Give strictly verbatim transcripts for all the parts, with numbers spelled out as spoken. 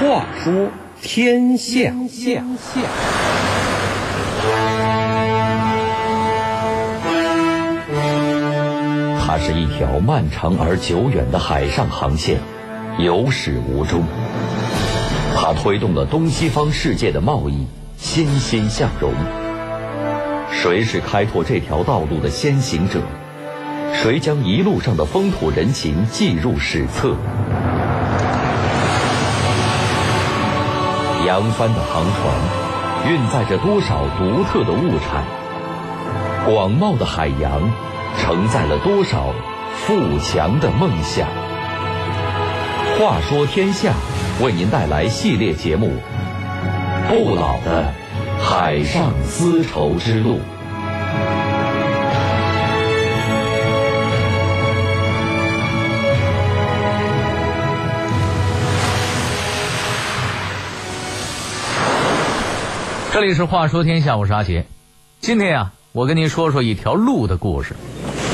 话说天下，它是一条漫长而久远的海上航线，有始无终。它推动了东西方世界的贸易欣欣向荣。谁是开拓这条道路的先行者？谁将一路上的风土人情记入史册？扬帆的航船运载着多少独特的物产？广袤的海洋承载了多少富强的梦想？话说天下为您带来系列节目《不老的海上丝绸之路》。 这里是话说天下，我是阿杰。今天啊，我跟您说说一条路的故事。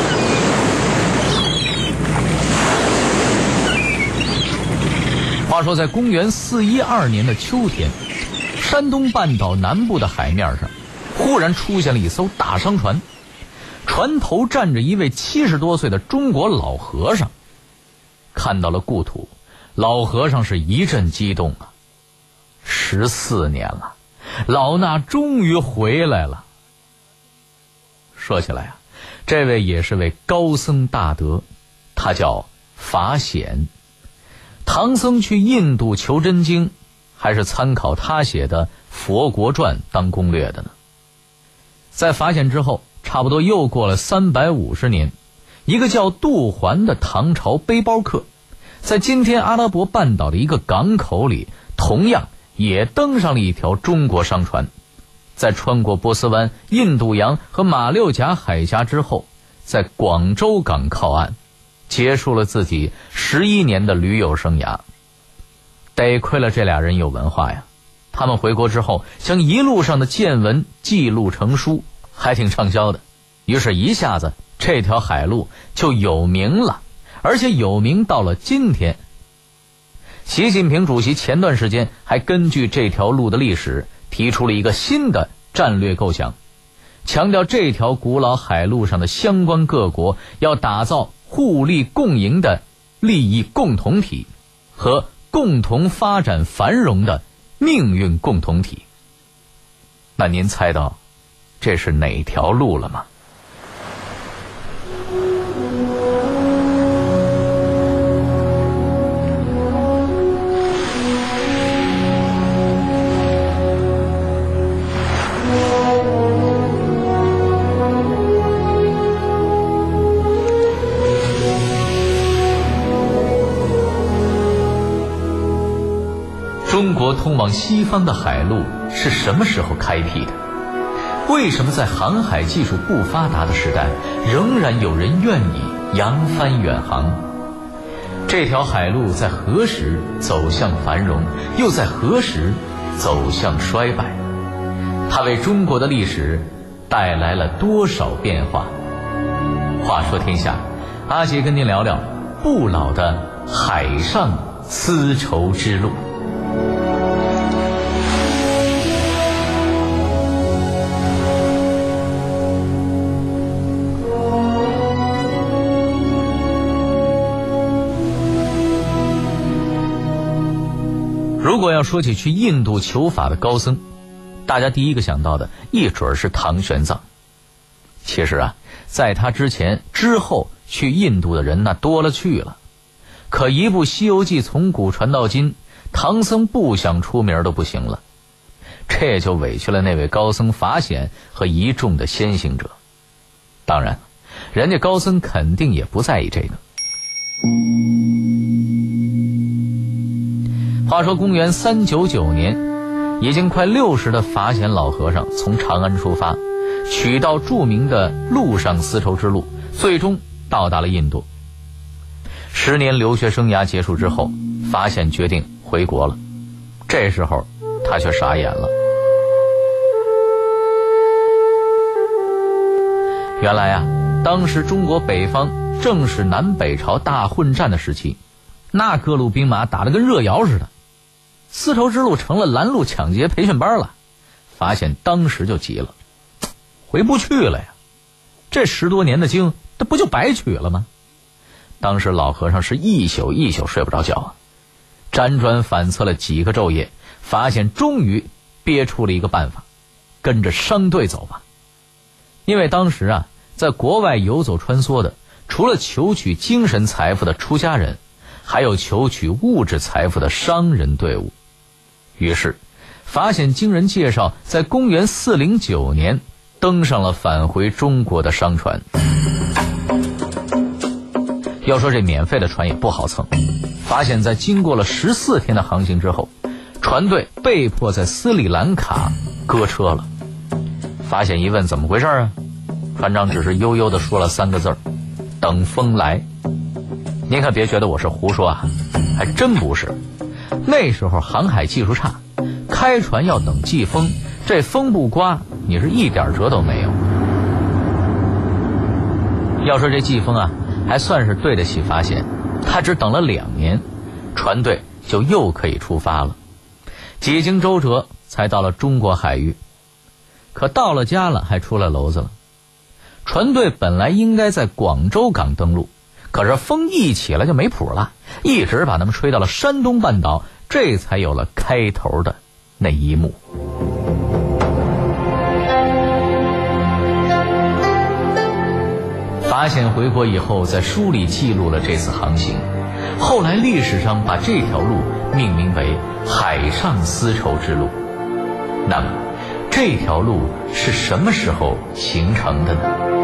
话说在公元四一二年的秋天，山东半岛南部的海面上忽然出现了一艘大商船，船头站着一位七十多岁的中国老和尚。看到了故土，老和尚是一阵激动啊！十四年了，老衲终于回来了。说起来啊，这位也是位高僧大德，他叫法显。唐僧去印度求真经，还是参考他写的《佛国传》当攻略的呢。在法显之后，差不多又过了三百五十年，一个叫杜环的唐朝背包客，在今天阿拉伯半岛的一个港口里，同样也登上了一条中国商船，在穿过波斯湾、印度洋和马六甲海峡之后，在广州港靠岸，结束了自己十一年的驴友生涯。得亏了这俩人有文化呀，他们回国之后将一路上的见闻记录成书，还挺畅销的。于是一下子这条海路就有名了，而且有名到了今天。习近平主席前段时间还根据这条路的历史提出了一个新的战略构想，强调这条古老海路上的相关各国要打造互利共赢的利益共同体和共同发展繁荣的命运共同体。那您猜到这是哪条路了吗？中国通往西方的海路是什么时候开辟的？为什么在航海技术不发达的时代，仍然有人愿意扬帆远航？这条海路在何时走向繁荣，又在何时走向衰败？它为中国的历史带来了多少变化？话说天下，阿杰跟您聊聊不老的海上丝绸之路。如果要说起去印度求法的高僧，大家第一个想到的一准是唐玄奘。其实啊，在他之前之后去印度的人那多了去了，可一部《西游记》从古传到今，唐僧不想出名都不行了，这就委屈了那位高僧法显和一众的先行者。当然人家高僧肯定也不在意这个。话说公元三九九年，已经快六十的法显老和尚从长安出发，取道著名的陆上丝绸之路，最终到达了印度。十年留学生涯结束之后，法显决定回国了。这时候他却傻眼了。原来啊，当时中国北方正是南北朝大混战的时期，那各路兵马打得跟热窑似的。 丝绸之路成了拦路抢劫培训班了。发现当时就急了，回不去了呀，这十多年的经这不就白取了吗？当时老和尚是一宿一宿睡不着觉啊，辗转反侧了几个昼夜，发现终于憋出了一个办法，跟着商队走吧。因为当时啊，在国外游走穿梭的，除了求取精神财富的出家人，还有求取物质财富的商人队伍。于是法显经人介绍，在公元四零九年登上了返回中国的商船。要说这免费的船也不好蹭，法显在经过了十四天的航行之后，船队被迫在斯里兰卡搁车了。法显一问怎么回事啊，船长只是悠悠地说了三个字儿：等风来。您可别觉得我是胡说啊，还真不是。那时候航海技术差，开船要等季风，这风不刮你是一点辙都没有。要说这季风啊，还算是对得起法显，他只等了两年，船队就又可以出发了。几经周折才到了中国海域，可到了家了还出了篓子了。船队本来应该在广州港登陆，可是风一起来就没谱了，一直把他们吹到了山东半岛，这才有了开头的那一幕。法显回国以后，在书里记录了这次航行，后来历史上把这条路命名为海上丝绸之路。那么这条路是什么时候形成的呢？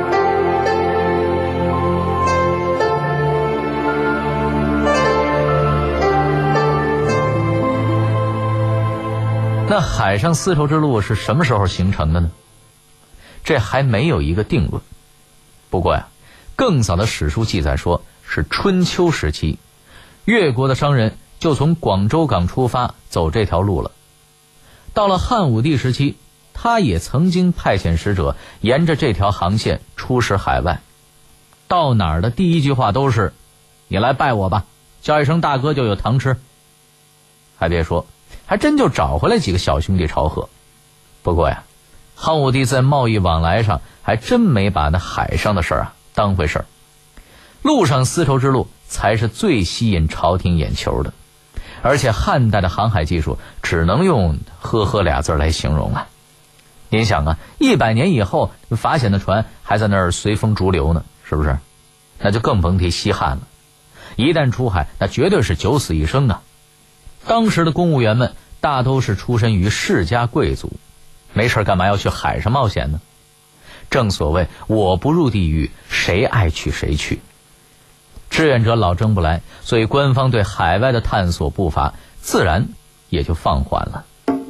那海上丝绸之路是什么时候形成的呢？这还没有一个定论。不过呀，更早的史书记载说是春秋时期，越国的商人就从广州港出发走这条路了。到了汉武帝时期，他也曾经派遣使者沿着这条航线出使海外，到哪儿的第一句话都是：你来拜我吧，叫一声大哥就有糖吃。还别说，还真就找回来几个小兄弟朝贺。不过呀，汉武帝在贸易往来上还真没把那海上的事儿啊当回事儿，陆上丝绸之路才是最吸引朝廷眼球的。而且汉代的航海技术只能用呵呵俩字来形容啊。您想啊，一百年以后法显的船还在那儿随风逐流呢，是不是？那就更甭提西汉了，一旦出海那绝对是九死一生啊。当时的公务员们大都是出身于世家贵族，没事干嘛要去海上冒险呢？正所谓我不入地狱，谁爱去谁去。志愿者老争不来，所以官方对海外的探索步伐自然也就放缓了。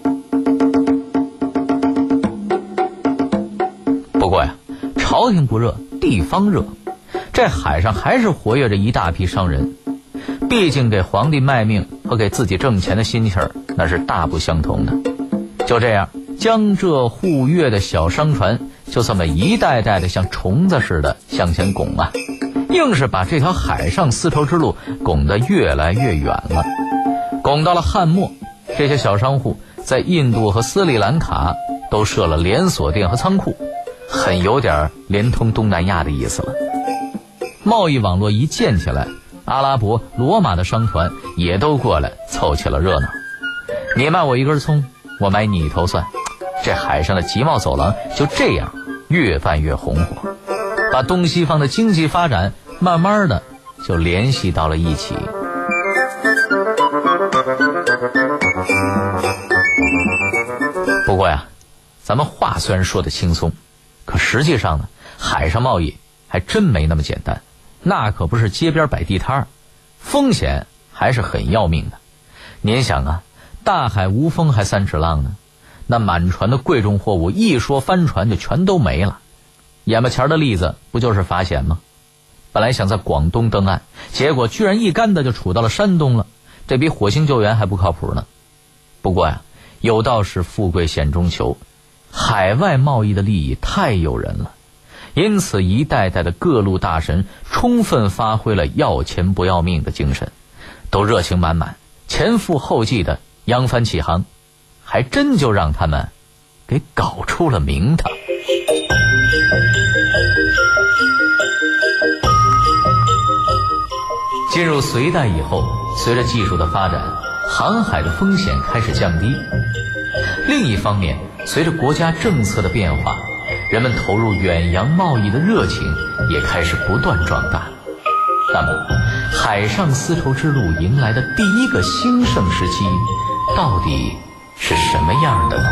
不过呀，朝廷不热，地方热，这海上还是活跃着一大批商人。毕竟给皇帝卖命和给自己挣钱的心气儿那是大不相同的。就这样，江浙沪粤的小商船就这么一代代的像虫子似的向前拱啊，硬是把这条海上丝绸之路拱得越来越远了。拱到了汉末，这些小商户在印度和斯里兰卡都设了连锁店和仓库，很有点连通东南亚的意思了。贸易网络一建起来，阿拉伯、罗马的商团也都过来凑起了热闹。你卖我一根葱，我买你一头蒜，这海上的集贸走廊就这样越办越红火，把东西方的经济发展慢慢的就联系到了一起。不过呀，咱们话虽然说得轻松，可实际上呢，海上贸易还真没那么简单。那可不是街边摆地摊儿，风险还是很要命的。您想啊，大海无风还三尺浪呢，那满船的贵重货物一说翻船就全都没了。眼巴前的例子不就是法显吗？本来想在广东登岸，结果居然一竿子就杵到了山东了，这比火星救援还不靠谱呢。不过呀，有道是富贵险中求，海外贸易的利益太诱人了，因此一代代的各路大神充分发挥了要钱不要命的精神，都热情满满，前赴后继的扬帆起航，还真就让他们给搞出了名堂。进入隋代以后，随着技术的发展，航海的风险开始降低。另一方面，随着国家政策的变化，人们投入远洋贸易的热情也开始不断壮大。那么，海上丝绸之路迎来的第一个兴盛时期，到底是什么样的呢？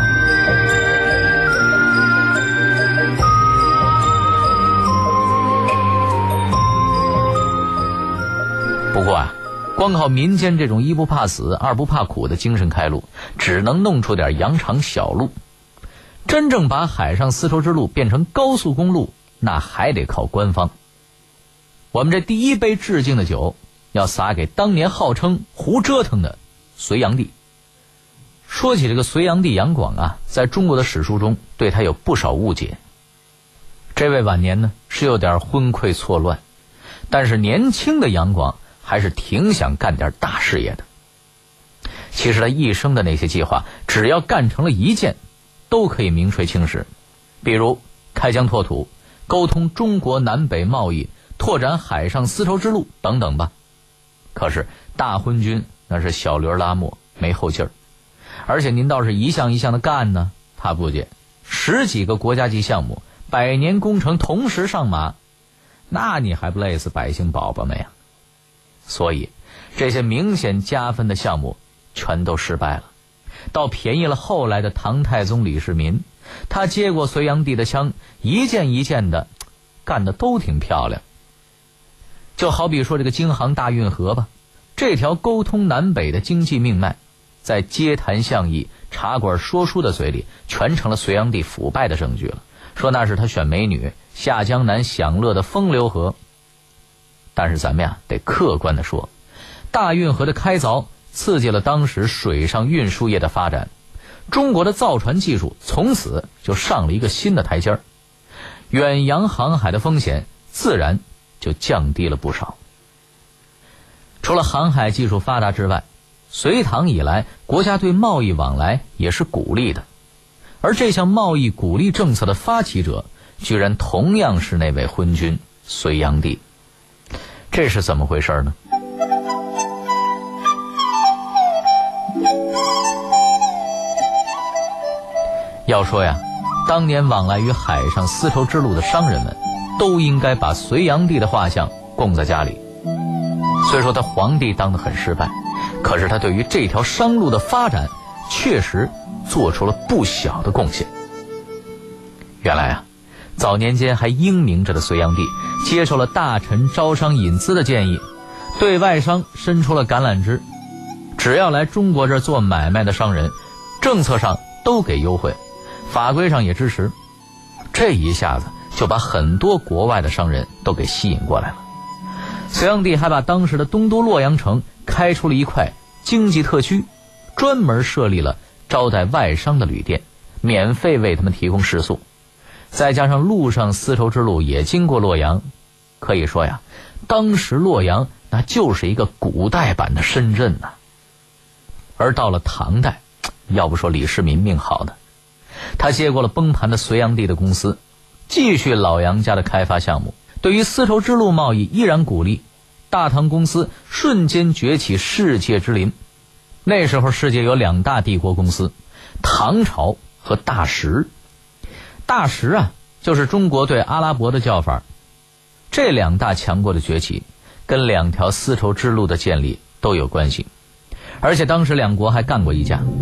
不过啊，光靠民间这种一不怕死二不怕苦的精神开路，只能弄出点羊肠小路。真正把海上丝绸之路变成高速公路，那还得靠官方。我们这第一杯致敬的酒，要洒给当年号称胡折腾的隋炀帝。说起这个隋炀帝杨广啊，在中国的史书中对他有不少误解。这位晚年呢是有点昏聩错乱，但是年轻的杨广还是挺想干点大事业的。其实他一生的那些计划，只要干成了一件，都可以名垂青史。比如开疆拓土、沟通中国南北贸易、拓展海上丝绸之路等等吧。可是大昏君那是小驴拉磨，没后劲儿。而且您倒是一项一项的干呢，他不介。十几个国家级项目，百年工程同时上马，那你还不累死百姓宝宝们呀？所以这些明显加分的项目全都失败了，倒便宜了后来的唐太宗李世民。他接过隋炀帝的枪，一件一件的干得都挺漂亮。就好比说这个京杭大运河吧，这条沟通南北的经济命脉，在街谈巷议、茶馆说书的嘴里，全成了隋炀帝腐败的证据了。说那是他选美女下江南享乐的风流河。但是咱们呀，得客观地说，大运河的开凿刺激了当时水上运输业的发展，中国的造船技术从此就上了一个新的台阶儿，远洋航海的风险自然就降低了不少。除了航海技术发达之外，隋唐以来国家对贸易往来也是鼓励的，而这项贸易鼓励政策的发起者，居然同样是那位昏君隋炀帝。这是怎么回事呢？要说呀，当年往来于海上丝绸之路的商人们，都应该把隋炀帝的画像供在家里。虽说他皇帝当得很失败，可是他对于这条商路的发展确实做出了不小的贡献。原来啊，早年间还英明着的隋炀帝接受了大臣招商引资的建议，对外商伸出了橄榄枝，只要来中国这儿做买卖的商人，政策上都给优惠，法规上也支持。这一下子就把很多国外的商人都给吸引过来了。隋炀帝还把当时的东都洛阳城开出了一块经济特区，专门设立了招待外商的旅店，免费为他们提供食宿。再加上陆上丝绸之路也经过洛阳，可以说呀，当时洛阳那就是一个古代版的深圳呐、啊。而到了唐代，要不说李世民命好呢，他接过了崩盘的隋炀帝的公司，继续老杨家的开发项目，对于丝绸之路贸易依然鼓励。大唐公司瞬间崛起世界之林。那时候世界有两大帝国公司，唐朝和大食。大食啊，就是中国对阿拉伯的叫法。这两大强国的崛起跟两条丝绸之路的建立都有关系，而且当时两国还干过一架。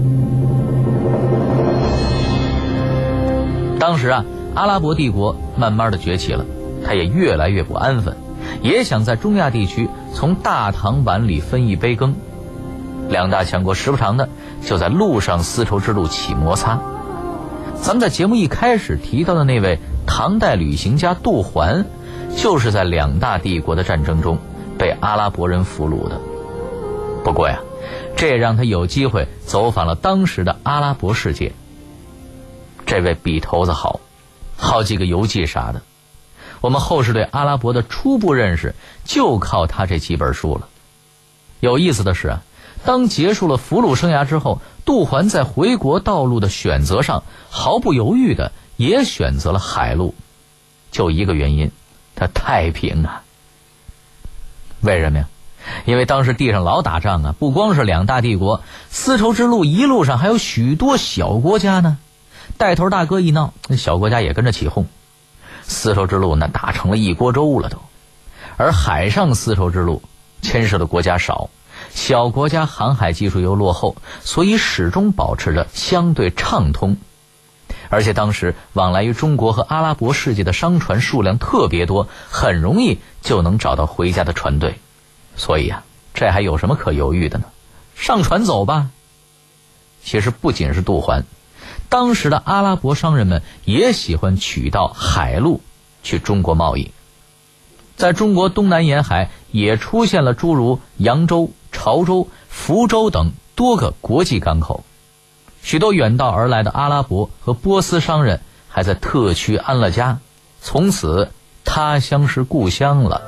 当时啊，阿拉伯帝国慢慢的崛起了，他也越来越不安分，也想在中亚地区从大唐碗里分一杯羹。两大强国时不常的就在陆上丝绸之路起摩擦。咱们在节目一开始提到的那位唐代旅行家杜环，就是在两大帝国的战争中被阿拉伯人俘虏的。不过呀，这也让他有机会走访了当时的阿拉伯世界。这位笔头子好，好几个游记啥的，我们后世对阿拉伯的初步认识就靠他这几本书了。有意思的是啊， 当结束了俘虏生涯之后，杜环在回国道路的选择上毫不犹豫的也选择了海路，就一个原因，他太平啊。为什么呀？因为当时地上老打仗啊，不光是两大帝国，丝绸之路一路上还有许多小国家呢。带头大哥一闹，那小国家也跟着起哄，丝绸之路那打成了一锅粥了都。而海上丝绸之路牵涉的国家少，小国家航海技术又落后，所以始终保持着相对畅通。而且当时往来于中国和阿拉伯世界的商船数量特别多，很容易就能找到回家的船队。所以啊，这还有什么可犹豫的呢？上船走吧。其实不仅是杜环，当时的阿拉伯商人们也喜欢取道海路去中国贸易。在中国东南沿海也出现了诸如扬州、潮州、福州等多个国际港口，许多远道而来的阿拉伯和波斯商人还在特区安了家，从此他乡是故乡了。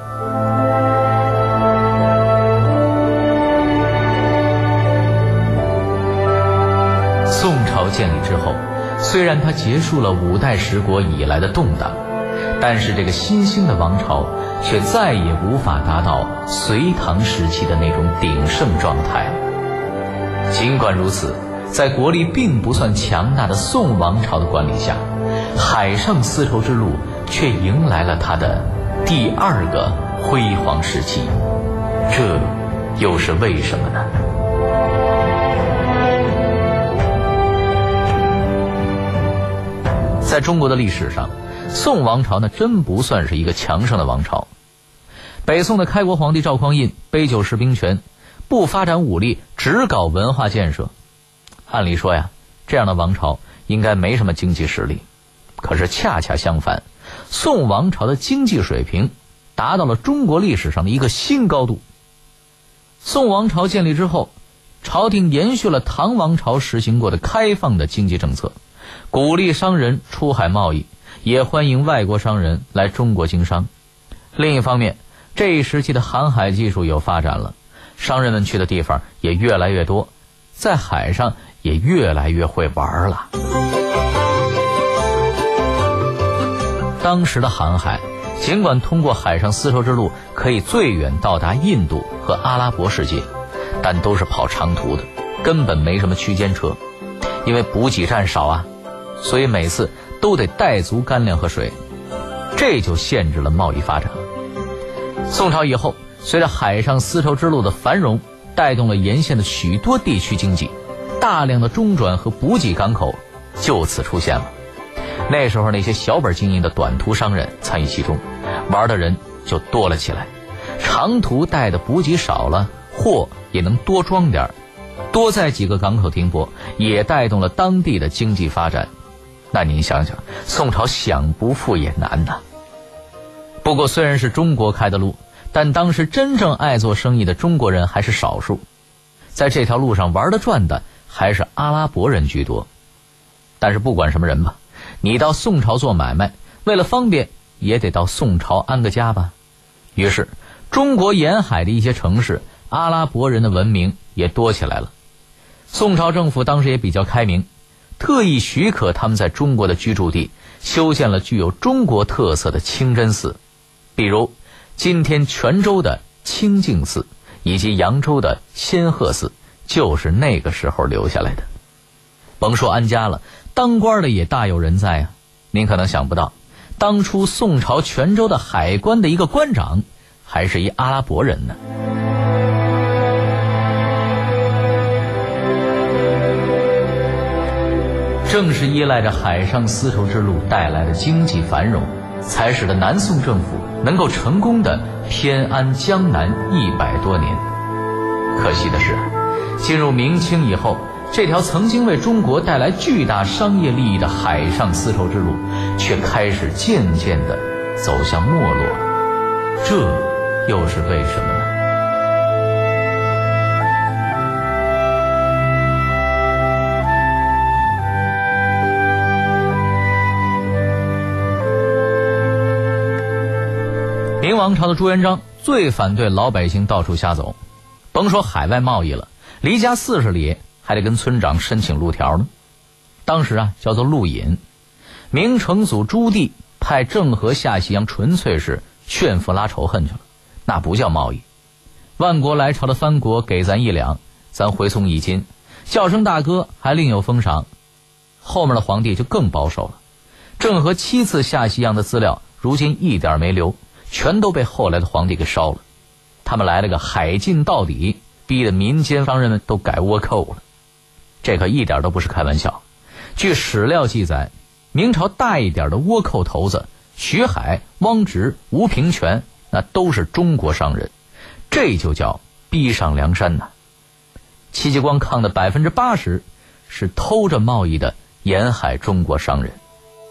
宋朝建立之后，虽然它结束了五代十国以来的动荡，但是这个新兴的王朝却再也无法达到隋唐时期的那种鼎盛状态。尽管如此，在国力并不算强大的宋王朝的管理下，海上丝绸之路却迎来了它的第二个辉煌时期。这又是为什么呢？在中国的历史上，宋王朝呢真不算是一个强盛的王朝。北宋的开国皇帝赵匡胤杯酒释兵权，不发展武力，只搞文化建设。按理说呀，这样的王朝应该没什么经济实力。可是恰恰相反，宋王朝的经济水平达到了中国历史上的一个新高度。宋王朝建立之后，朝廷延续了唐王朝实行过的开放的经济政策，鼓励商人出海贸易，也欢迎外国商人来中国经商。另一方面，这一时期的航海技术有发展了，商人们去的地方也越来越多，在海上也越来越会玩了。当时的航海尽管通过海上丝绸之路可以最远到达印度和阿拉伯世界，但都是跑长途的，根本没什么区间车。因为补给站少啊，所以每次都得带足干粮和水，这就限制了贸易发展。宋朝以后，随着海上丝绸之路的繁荣，带动了沿线的许多地区经济，大量的中转和补给港口就此出现了。那时候那些小本经营的短途商人参与其中，玩的人就多了起来，长途带的补给少了，货也能多装点，多在几个港口停泊，也带动了当地的经济发展。那您想想，宋朝想不富也难呐。不过虽然是中国开的路，但当时真正爱做生意的中国人还是少数，在这条路上玩得转的还是阿拉伯人居多。但是不管什么人吧，你到宋朝做买卖，为了方便也得到宋朝安个家吧。于是中国沿海的一些城市，阿拉伯人的文明也多起来了。宋朝政府当时也比较开明，特意许可他们在中国的居住地修建了具有中国特色的清真寺，比如今天泉州的清净寺以及扬州的仙鹤寺，就是那个时候留下来的。甭说安家了，当官的也大有人在啊。您可能想不到，当初宋朝泉州的海关的一个关长还是一阿拉伯人呢。正是依赖着海上丝绸之路带来的经济繁荣，才使得南宋政府能够成功的偏安江南一百多年。可惜的是，进入明清以后，这条曾经为中国带来巨大商业利益的海上丝绸之路却开始渐渐地走向没落，这又是为什么呢？明王朝的朱元璋最反对老百姓到处瞎走，甭说海外贸易了， 离家四十里还得跟村长申请路条呢。当时啊叫做路引。明成祖朱棣派郑和下西洋纯粹是炫富拉仇恨去了，那不叫贸易。万国来朝的藩国给咱一两，咱回送一金，叫声大哥还另有封赏。后面的皇帝就更保守了，郑和七次下西洋的资料如今一点没留，全都被后来的皇帝给烧了。他们来了个海禁到底，逼得民间商人们都改倭寇了。这可一点都不是开玩笑。据史料记载，明朝大一点的倭寇头子徐海、汪直、吴平全，那都是中国商人，这就叫逼上梁山呐。戚继光抗的百分之八十是偷着贸易的沿海中国商人。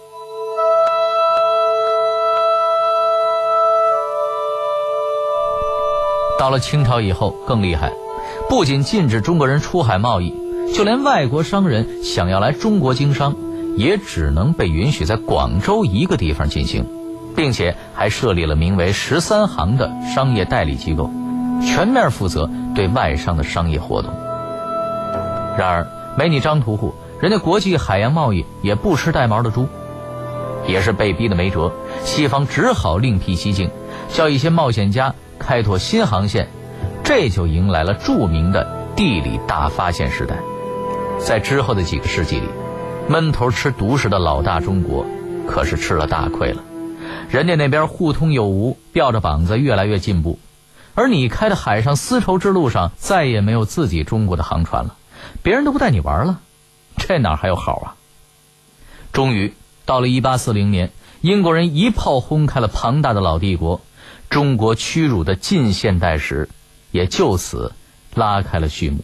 到了清朝以后更厉害，不仅禁止中国人出海贸易，就连外国商人想要来中国经商，也只能被允许在广州一个地方进行，并且还设立了名为十三行的商业代理机构，全面负责对外商的商业活动。然而没你张屠户，人家国际海洋贸易也不吃带毛的猪。也是被逼的没辙，西方只好另辟蹊径，叫一些冒险家开拓新航线，这就迎来了著名的地理大发现时代。在之后的几个世纪里，闷头吃独食的老大中国可是吃了大亏了。人家那边互通有无，吊着膀子越来越进步，而你开的海上丝绸之路上再也没有自己中国的航船了，别人都不带你玩了，这哪还有好啊？终于到了一八四零年，英国人一炮轰开了庞大的老帝国，中国屈辱的近现代史也就此拉开了序幕。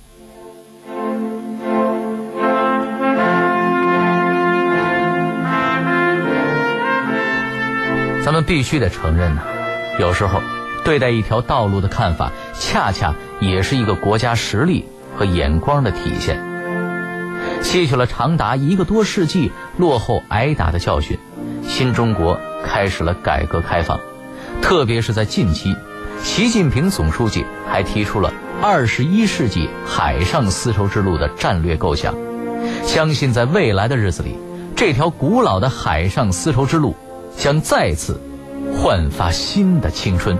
咱们必须得承认呢、啊，有时候对待一条道路的看法，恰恰也是一个国家实力和眼光的体现。吸取了长达一个多世纪落后挨打的教训，新中国开始了改革开放。特别是在近期，习近平总书记还提出了二十一世纪海上丝绸之路的战略构想。相信在未来的日子里，这条古老的海上丝绸之路将再次焕发新的青春。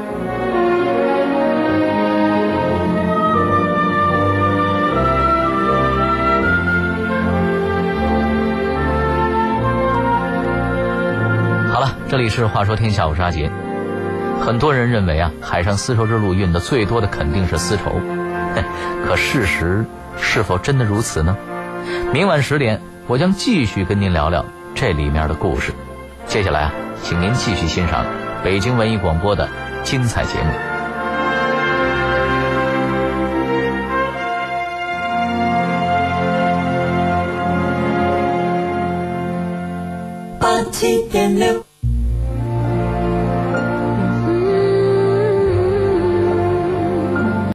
好了，这里是话说天下，我是阿杰。很多人认为啊，海上丝绸之路运的最多的肯定是丝绸，可事实是否真的如此呢？明晚十点，我将继续跟您聊聊这里面的故事。接下来啊，请您继续欣赏北京文艺广播的精彩节目。 八七点六。